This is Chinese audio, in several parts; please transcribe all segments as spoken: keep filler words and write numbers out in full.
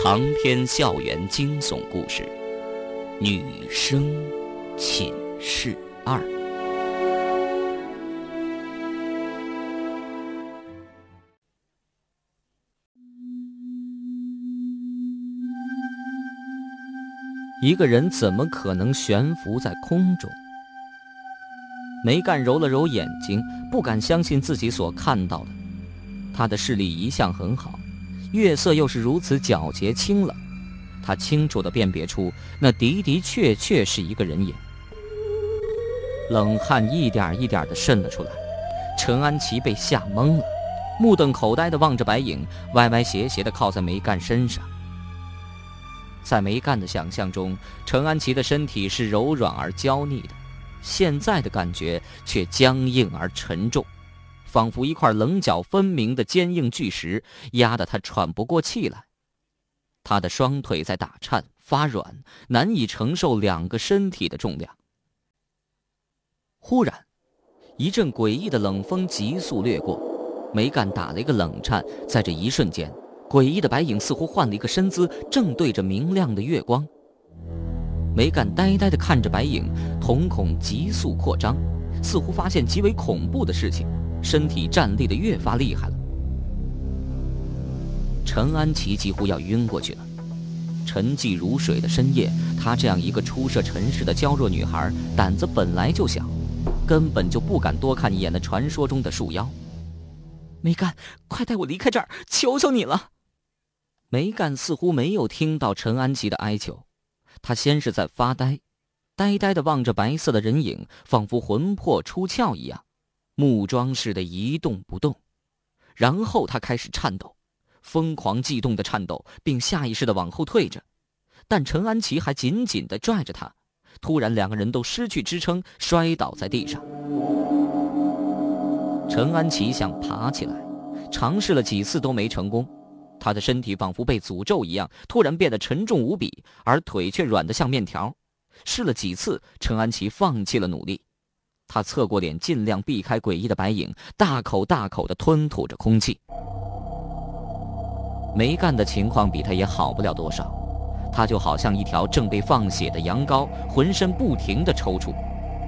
长篇校园惊悚故事，女生寝室二。一个人怎么可能悬浮在空中？梅干揉了揉眼睛，不敢相信自己所看到的。他的视力一向很好，月色又是如此皎洁清冷，他清楚地辨别出那的的确确是一个人影。冷汗一点一点地渗了出来，陈安琪被吓懵了，目瞪口呆地望着白影歪歪斜斜地靠在梅干身上。在梅干的想象中，陈安琪的身体是柔软而娇腻的，现在的感觉却僵硬而沉重，仿佛一块棱角分明的坚硬巨石，压得他喘不过气来。他的双腿在打颤发软，难以承受两个身体的重量。忽然一阵诡异的冷风急速掠过，梅干打了一个冷颤，在这一瞬间，诡异的白影似乎换了一个身姿，正对着明亮的月光。梅干呆呆地看着白影，瞳孔急速扩张，似乎发现极为恐怖的事情，身体站立得越发厉害了。陈安琪几乎要晕过去了。沉寂如水的深夜，她这样一个初涉尘世的娇弱女孩，胆子本来就小，根本就不敢多看一眼那传说中的树妖。梅干，快带我离开这儿，求求你了！梅干似乎没有听到陈安琪的哀求，她先是在发呆，呆呆地望着白色的人影，仿佛魂魄出窍一样，木桩似的一动不动。然后她开始颤抖，疯狂悸动的颤抖，并下意识地往后退着，但陈安琪还紧紧地拽着她。突然两个人都失去支撑，摔倒在地上。陈安琪想爬起来，尝试了几次都没成功，她的身体仿佛被诅咒一样，突然变得沉重无比，而腿却软得像面条。试了几次，陈安琪放弃了努力。她侧过脸，尽量避开诡异的白影，大口大口地吞吐着空气。梅干的情况比她也好不了多少，她就好像一条正被放血的羊羔，浑身不停地抽搐。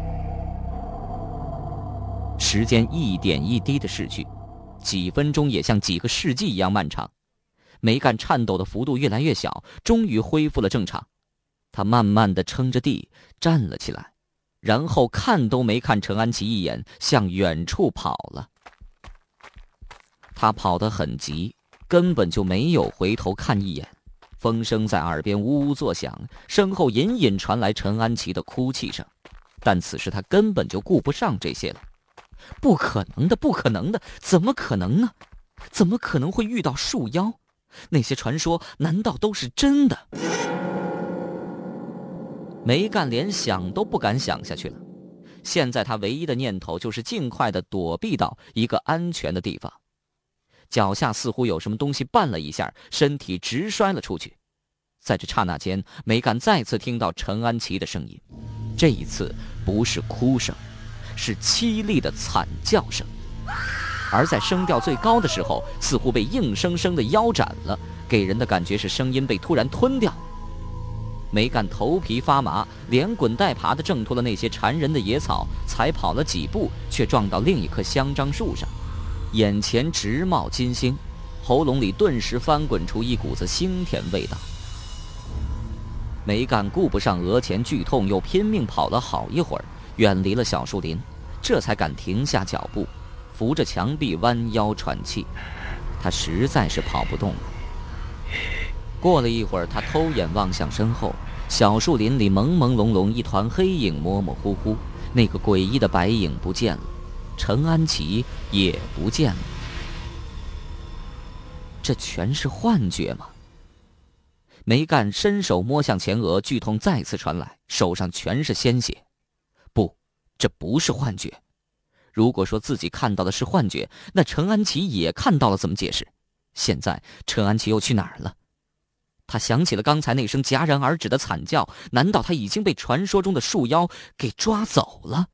时间一点一滴地逝去，几分钟也像几个世纪一样漫长。梅干颤抖的幅度越来越小，终于恢复了正常。她慢慢地撑着地站了起来，然后看都没看陈安琪一眼，向远处跑了。她跑得很急，根本就没有回头看一眼。风声在耳边呜呜作响，身后隐隐传来陈安琪的哭泣声，但此时她根本就顾不上这些了。不可能的，不可能的，怎么可能呢？怎么可能会遇到树妖？那些传说难道都是真的？梅干连想都不敢想下去了。现在他唯一的念头就是尽快地躲避到一个安全的地方。脚下似乎有什么东西绊了一下，身体直摔了出去。在这刹那间，梅干再次听到陈安琪的声音，这一次不是哭声，是凄厉的惨叫声，而在声调最高的时候，似乎被硬生生地腰斩了，给人的感觉是声音被突然吞掉。梅干头皮发麻，连滚带爬地挣脱了那些缠人的野草，才跑了几步，却撞到另一棵香樟树上，眼前直冒金星，喉咙里顿时翻滚出一股子腥甜味道。梅干顾不上额前剧痛，又拼命跑了好一会儿，远离了小树林，这才敢停下脚步，扶着墙壁弯腰喘气。他实在是跑不动了。过了一会儿，他偷眼望向身后，小树林里朦朦胧胧一团黑影模模糊糊，那个诡异的白影不见了，陈安琪也不见了。这全是幻觉吗？梅干伸手摸向前额，剧痛再次传来，手上全是鲜血。不，这不是幻觉。如果说自己看到的是幻觉，那陈安琪也看到了，怎么解释？现在陈安琪又去哪儿了？他想起了刚才那声戛然而止的惨叫，难道他已经被传说中的树妖给抓走了？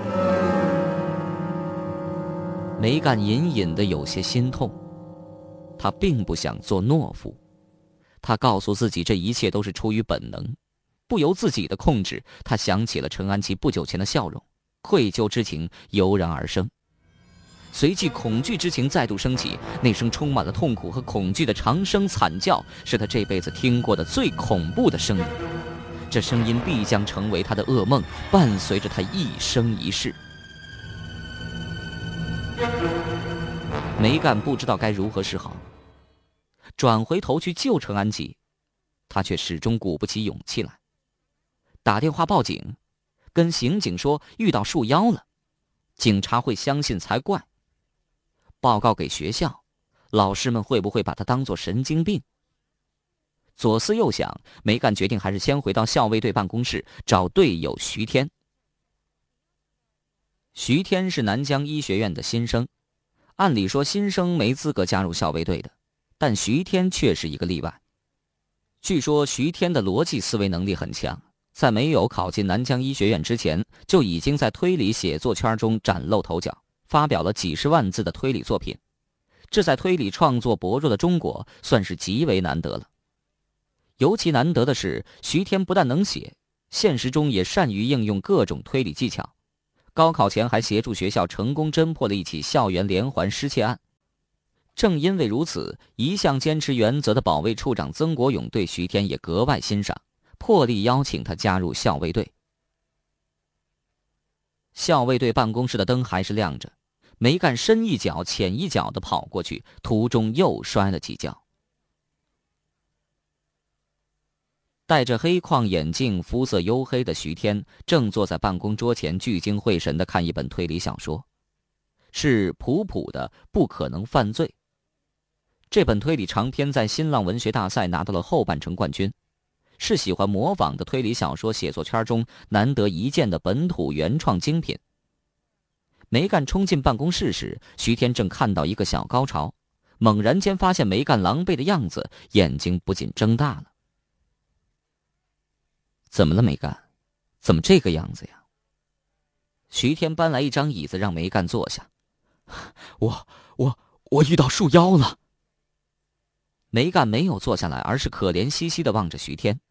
梅干隐隐的有些心痛，他并不想做懦夫， 他告诉自己这一切都是出于本能，不由自己的控制，他想起了陈安琪不久前的笑容，愧疚之情油然而生。随即恐惧之情再度升起，那声充满了痛苦和恐惧的长声惨叫是他这辈子听过的最恐怖的声音，这声音必将成为他的噩梦，伴随着他一生一世。梅干不知道该如何是好，转回头去救陈安琪，他却始终鼓不起勇气来。打电话报警，跟刑警说遇到树妖了，警察会相信才怪。报告给学校，老师们会不会把他当作神经病？左思右想，梅干决定还是先回到校卫队办公室找队友徐天。徐天是南疆医学院的新生，按理说新生没资格加入校卫队的，但徐天却是一个例外。据说徐天的逻辑思维能力很强，在没有考进南疆医学院之前，就已经在推理写作圈中崭露头角，发表了几十万字的推理作品，这在推理创作薄弱的中国算是极为难得了。尤其难得的是，徐天不但能写，现实中也善于应用各种推理技巧。高考前还协助学校成功侦破了一起校园连环失窃案。正因为如此，一向坚持原则的保卫处长曾国勇对徐天也格外欣赏，破例邀请他加入校卫队。校卫队办公室的灯还是亮着，梅干深一脚浅一脚地跑过去，途中又摔了几跤。戴着黑框眼镜、肤色黝黑的徐天正坐在办公桌前聚精会神地看一本推理小说，是普普的《不可能犯罪》。这本推理长篇在新浪文学大赛拿到了后半程冠军，是喜欢模仿的推理小说写作圈中难得一见的本土原创精品。梅干冲进办公室时，徐天正看到一个小高潮，猛然间发现梅干狼狈的样子，眼睛不禁睁大了。怎么了，梅干？怎么这个样子呀？徐天搬来一张椅子让梅干坐下。 我我我遇到树妖了。 梅干没有坐下来，而是可怜兮兮地望着徐天。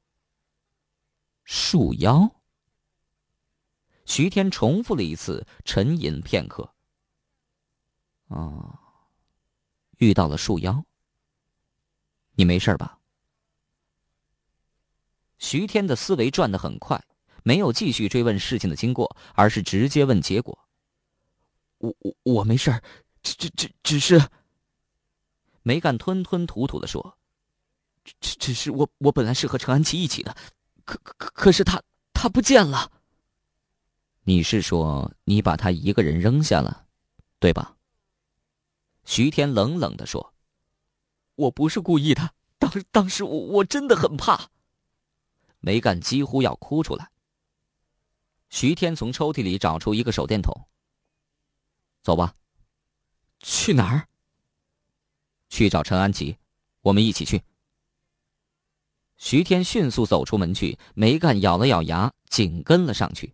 树妖？徐天重复了一次，沉吟片刻。哦，遇到了树妖。你没事吧？徐天的思维转得很快，没有继续追问事情的经过，而是直接问结果。 我我我没事，只只只只是。 梅干吞吞吐吐地说：“ 只只是我我本来是和陈安琪一起的，可可可是他他不见了。” 你是说你把他一个人扔下了，对吧？徐天冷冷地说：“ 我不是故意的，当当时我我真的很怕。” 梅干几乎要哭出来。徐天从抽屉里找出一个手电筒。走吧。 去哪儿？ 去找陈安琪，我们一起去。徐天迅速走出门去，梅干咬了咬牙，紧跟了上去。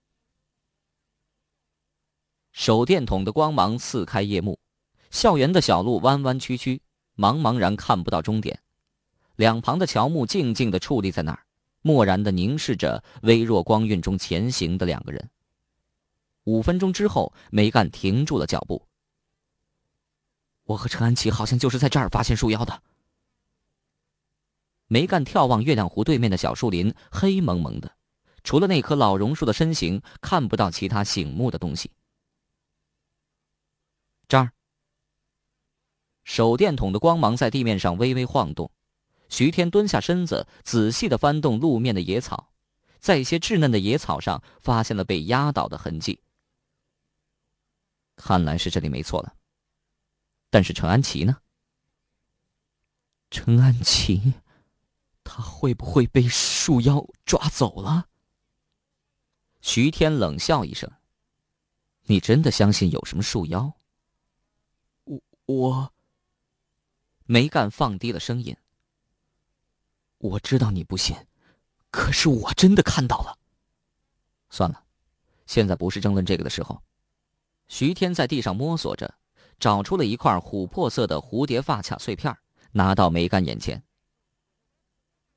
手电筒的光芒刺开夜幕，校园的小路弯弯曲曲，茫茫然看不到终点。两旁的乔木静静地矗立在那儿，漠然地凝视着微弱光晕中前行的两个人。五分钟之后，梅干停住了脚步。 我和陈安琪好像就是在这儿发现树妖的。 梅干眺望月亮湖对面的小树林，黑蒙蒙的，除了那棵老榕树的身形，看不到其他醒目的东西。这儿。手电筒的光芒在地面上微微晃动，徐天蹲下身子，仔细地翻动路面的野草，在一些稚嫩的野草上发现了被压倒的痕迹。看来是这里没错了。但是陈安琪呢？ 陈安琪，他会不会被树妖抓走了？ 徐天冷笑一声：“你真的相信有什么树妖？” 我我。 梅干放低了声音：“ 我知道你不信，可是我真的看到了。” 算了，现在不是争论这个的时候。徐天在地上摸索着，找出了一块琥珀色的蝴蝶发卡碎片，拿到梅干眼前。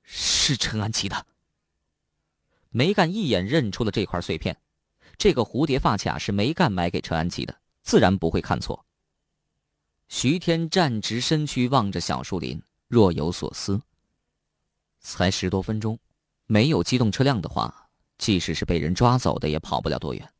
是陈安琪的。 梅干一眼认出了这块碎片，这个蝴蝶发卡是梅干买给陈安琪的，自然不会看错。徐天站直身躯望着小树林，若有所思。才十多分钟，没有机动车辆的话，即使是被人抓走的也跑不了多远。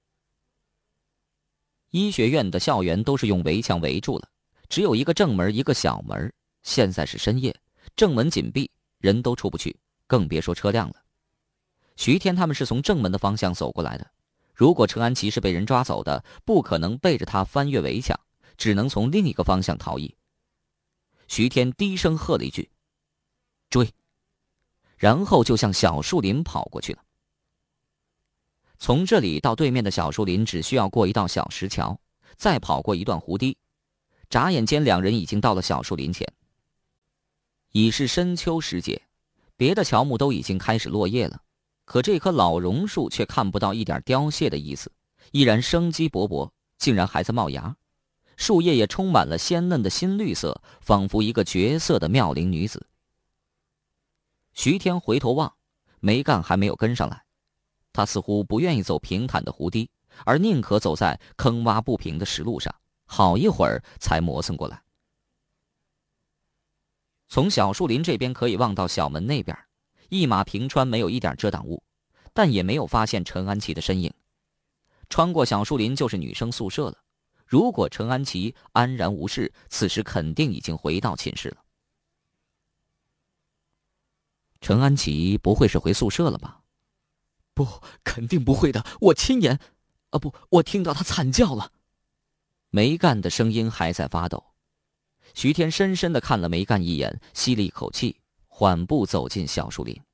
医学院的校园都是用围墙围住了，只有一个正门一个小门，现在是深夜，正门紧闭，人都出不去，更别说车辆了。徐天他们是从正门的方向走过来的，如果陈安琪是被人抓走的，不可能背着他翻越围墙，只能从另一个方向逃逸。徐天低声喝了一句：“追！”然后就向小树林跑过去了。从这里到对面的小树林只需要过一道小石桥，再跑过一段湖堤，眨眼间两人已经到了小树林前。已是深秋时节，别的乔木都已经开始落叶了，可这棵老榕树却看不到一点凋谢的意思，依然生机勃勃，竟然还在冒芽，树叶也充满了鲜嫩的新绿色，仿佛一个绝色的妙龄女子。徐天回头望，梅干还没有跟上来，他似乎不愿意走平坦的湖堤，而宁可走在坑洼不平的石路上，好一会儿才磨蹭过来。从小树林这边可以望到小门那边，一马平川，没有一点遮挡物，但也没有发现陈安琪的身影。穿过小树林就是女生宿舍了，如果陈安琪安然无事，此时肯定已经回到寝室了。陈安琪不会是回宿舍了吧？ 不，肯定不会的，我亲眼……啊不，我听到他惨叫了。 梅干的声音还在发抖。徐天深深地看了梅干一眼，吸了一口气，缓步走进小树林。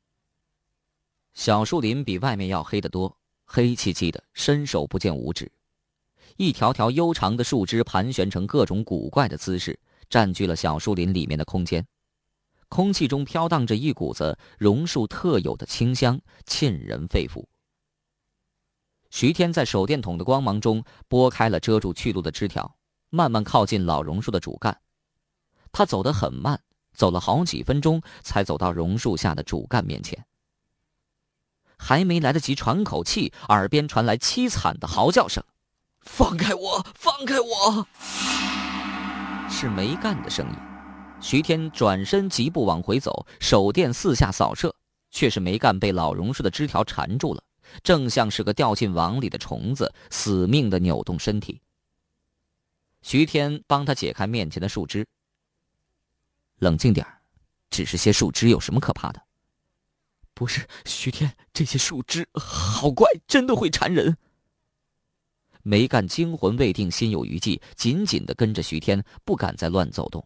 小树林比外面要黑得多，黑漆漆的，伸手不见五指。一条条悠长的树枝盘旋成各种古怪的姿势，占据了小树林里面的空间。空气中飘荡着一股子榕树特有的清香，沁人肺腑。徐天在手电筒的光芒中拨开了遮住去路的枝条，慢慢靠近老榕树的主干。他走得很慢，走了好几分钟才走到榕树下的主干面前。还没来得及喘口气，耳边传来凄惨的嚎叫声：“ 放开我，放开我！” 是梅干的声音。徐天转身疾步往回走，手电四下扫射，却是梅干被老榕树的枝条缠住了，正像是个掉进网里的虫子，死命地扭动身体。徐天帮他解开面前的树枝。冷静点，只是些树枝，有什么可怕的？ 不是，徐天，这些树枝好怪，真的会缠人。 梅干惊魂未定，心有余悸，紧紧地跟着徐天，不敢再乱走动。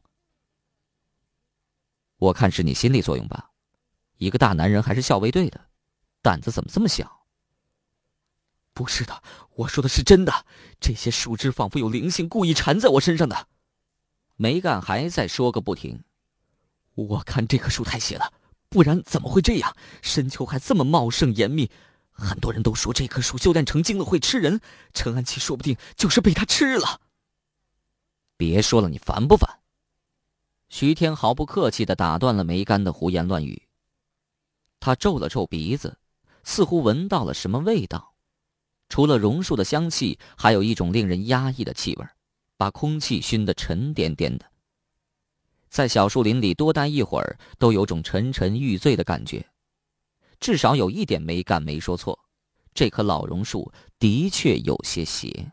我看是你心理作用吧，一个大男人还是校卫队的，胆子怎么这么小？ 不是的，我说的是真的，这些树枝仿佛有灵性，故意缠在我身上的。 梅干还在说个不停。 我看这棵树太邪了，不然怎么会这样？深秋还这么茂盛严密，很多人都说这棵树修炼成精了会吃人，陈安琪说不定就是被他吃了。 别说了，你烦不烦？徐天毫不客气地打断了梅干的胡言乱语。他皱了皱鼻子，似乎闻到了什么味道，除了榕树的香气，还有一种令人压抑的气味，把空气熏得沉甸甸的。在小树林里多待一会儿，都有种沉沉欲醉的感觉。至少有一点梅干没说错，这棵老榕树的确有些邪。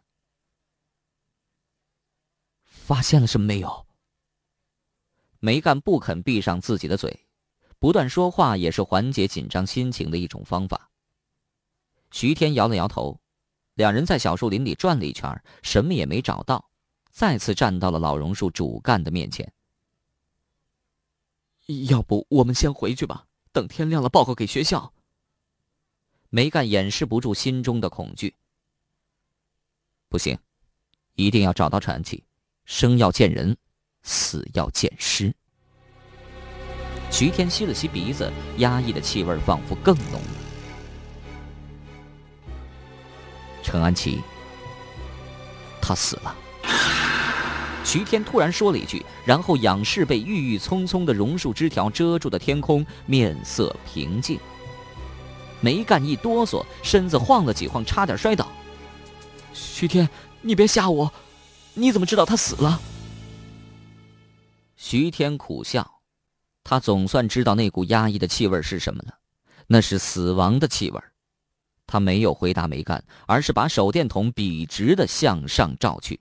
发现了什么没有？ 梅干不肯闭上自己的嘴，不断说话也是缓解紧张心情的一种方法。徐天摇了摇头，两人在小树林里转了一圈，什么也没找到，再次站到了老榕树主干的面前。 要不我们先回去吧，等天亮了报告给学校。 梅干掩饰不住心中的恐惧。不行，一定要找到陈安琪，生要见人，死要见尸。徐天吸了吸鼻子，压抑的气味仿佛更浓了。陈安琪，他死了。 徐天突然说了一句，然后仰视被郁郁葱葱的榕树枝条遮住的天空，面色平静。梅干一哆嗦，身子晃了几晃，差点摔倒。 徐天，你别吓我，你怎么知道他死了？ 徐天苦笑，他总算知道那股压抑的气味是什么了，那是死亡的气味。他没有回答梅干，而是把手电筒笔直地向上照去。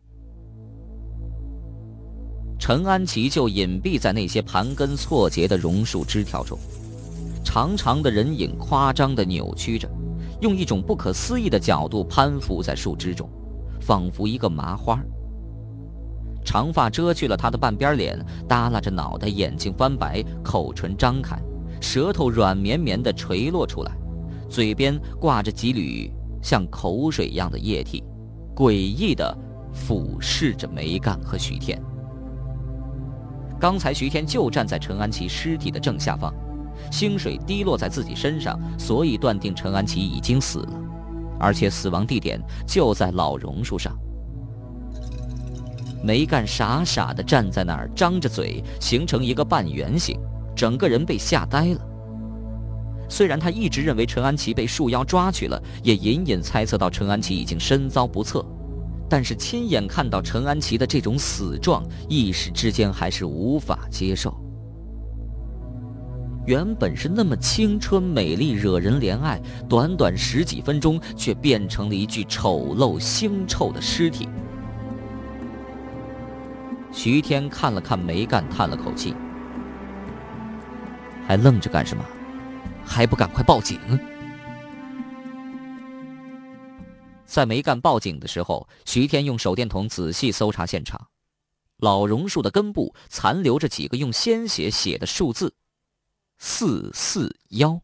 陈安琪就隐蔽在那些盘根错节的榕树枝条中，长长的人影夸张地扭曲着，用一种不可思议的角度攀附在树枝中，仿佛一个麻花。长发遮去了他的半边脸，耷拉着脑袋，眼睛翻白，口唇张开，舌头软绵绵地垂落出来，嘴边挂着几缕像口水一样的液体，诡异地俯视着梅干和徐天。刚才徐天就站在陈安琪尸体的正下方，星水滴落在自己身上，所以断定陈安琪已经死了，而且死亡地点就在老榕树上。梅干傻傻地站在那儿，张着嘴，形成一个半圆形，整个人被吓呆了。虽然他一直认为陈安琪被树妖抓去了，也隐隐猜测到陈安琪已经身遭不测，但是亲眼看到陈安琪的这种死状，一时之间还是无法接受。原本是那么青春美丽惹人怜爱，短短十几分钟却变成了一具丑陋腥臭的尸体。徐天看了看梅干，叹了口气，还愣着干什么？还不赶快报警！在梅干报警的时候，徐天用手电筒仔细搜查现场。老榕树的根部残留着几个用鲜血写的数字：四四幺。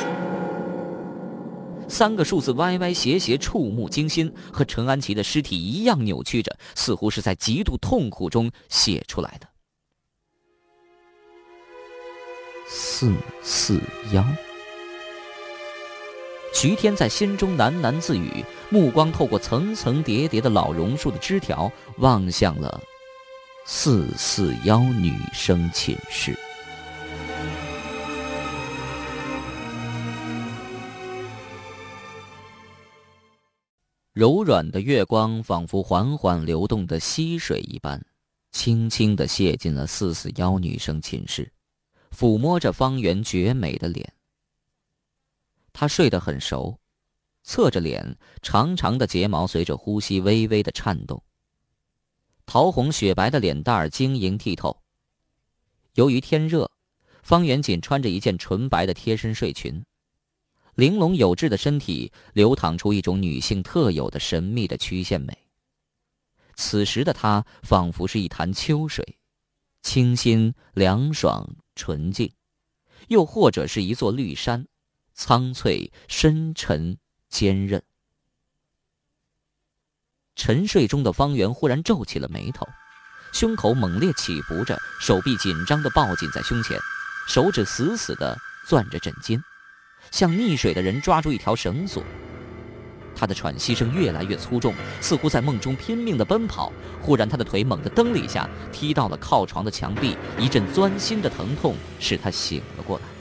三个数字歪歪斜斜，触目惊心，和陈安琪的尸体一样扭曲着，似乎是在极度痛苦中写出来的。四四幺。徐天在心中喃喃自语，目光透过层层叠叠的老榕树的枝条，望向了四四幺女生寝室。柔软的月光仿佛缓缓流动的溪水一般，轻轻地泻进了四四幺女生寝室，抚摸着方圆绝美的脸。她睡得很熟，侧着脸，长长的睫毛随着呼吸微微的颤动，桃红雪白的脸蛋儿晶莹剔透。由于天热，方圆仅穿着一件纯白的贴身睡裙，玲珑有致的身体流淌出一种女性特有的神秘的曲线美。此时的她仿佛是一潭秋水，清新凉爽纯净，又或者是一座绿山，苍翠深沉坚韧。沉睡中的方圆忽然皱起了眉头，胸口猛烈起伏着，手臂紧张地抱紧在胸前，手指死死地攥着枕巾，像溺水的人抓住一条绳索。他的喘息声越来越粗重，似乎在梦中拼命地奔跑。忽然他的腿猛地蹬了一下，踢到了靠床的墙壁，一阵钻心的疼痛使他醒了过来。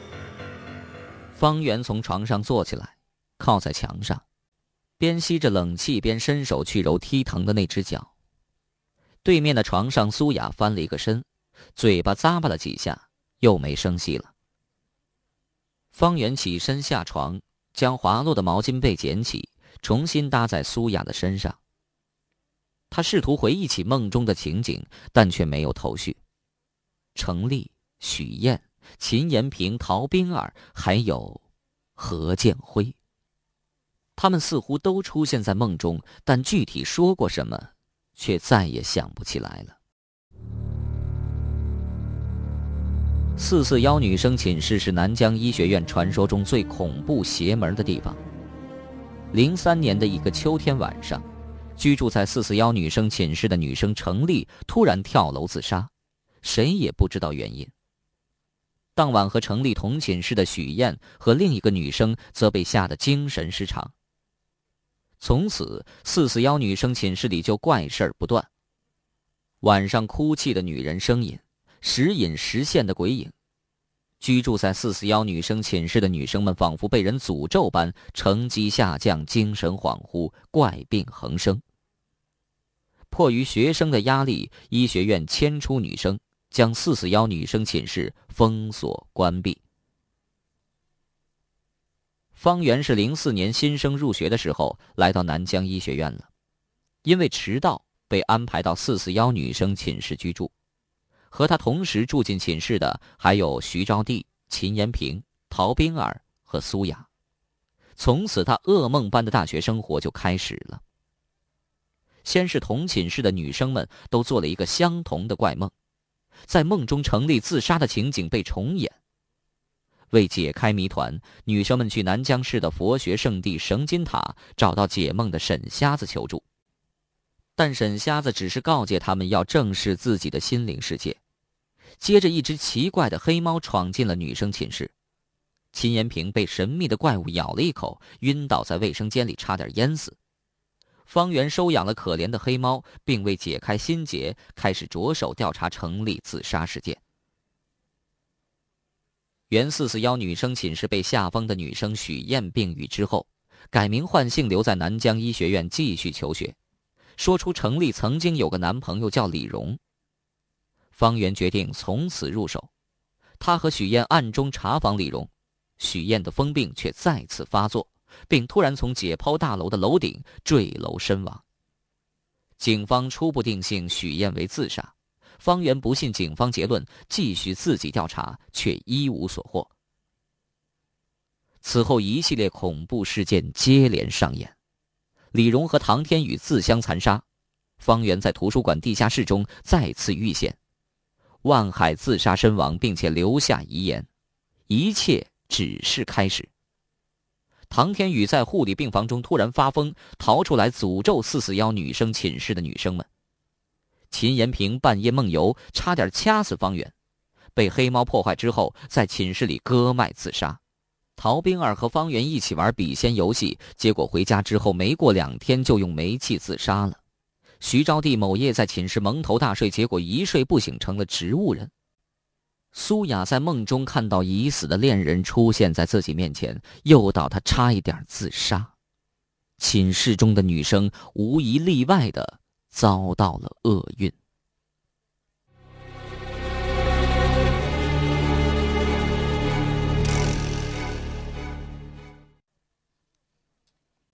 方圆从床上坐起来，靠在墙上，边吸着冷气边伸手去揉踢疼的那只脚。对面的床上，苏雅翻了一个身，嘴巴咂巴了几下，又没声息了。方圆起身下床，将滑落的毛巾被捡起，重新搭在苏雅的身上。他试图回忆起梦中的情景，但却没有头绪。程丽、许燕、秦延平、陶冰儿，还有何建辉，他们似乎都出现在梦中，但具体说过什么，却再也想不起来了。四四幺女生寝室是南疆医学院传说中最恐怖邪门的地方。零三年的一个秋天晚上，居住在四四幺女生寝室的女生程丽突然跳楼自杀，谁也不知道原因。当晚和程丽同寝室的许燕和另一个女生则被吓得精神失常。从此，四四幺女生寝室里就怪事儿不断。 晚上哭泣的女人声音，时隐时现的鬼影。居住在四四一女生寝室的女生们仿佛被人诅咒般成绩下降，精神恍惚，怪病横生。迫于学生的压力，医学院迁出女生，将四四一女生寝室封锁关闭。方圆是零四年新生入学的时候来到南江医学院了，因为迟到被安排到四四一女生寝室居住。和他同时住进寝室的还有徐招娣、秦延平、陶冰儿和苏雅。从此他噩梦般的大学生活就开始了。先是同寝室的女生们都做了一个相同的怪梦，在梦中程立自杀的情景被重演。为解开谜团，女生们去南江市的佛学圣地绳金塔找到解梦的沈瞎子求助，但沈瞎子只是告诫他们要正视自己的心灵世界。接着一只奇怪的黑猫闯进了女生寝室，秦延平被神秘的怪物咬了一口，晕倒在卫生间里，差点淹死。方圆收养了可怜的黑猫，并为解开心结开始着手调查程立自杀事件。原四四一女生寝室被下封的女生许燕病愈之后，改名换姓留在南江医学院继续求学，说出程立曾经有个男朋友叫李荣。方圆决定从此入手，他和许燕暗中查访李荣，许燕的疯病却再次发作，并突然从解剖大楼的楼顶坠楼身亡。警方初步定性许燕为自杀，方圆不信警方结论，继续自己调查，却一无所获。此后一系列恐怖事件接连上演，李荣和唐天宇自相残杀，方圆在图书馆地下室中再次遇险，万海自杀身亡，并且留下遗言，一切只是开始。唐天宇在护理病房中突然发疯，逃出来诅咒四四一女生寝室的女生们。秦延平半夜梦游，差点掐死方圆，被黑猫破坏之后，在寝室里割脉自杀。陶冰儿和方圆一起玩笔仙游戏，结果回家之后没过两天就用煤气自杀了。徐招娣某夜在寝室蒙头大睡，结果一睡不醒，成了植物人。苏雅在梦中看到已死的恋人出现在自己面前，诱导她差一点自杀。寝室中的女生无一例外地遭到了厄运。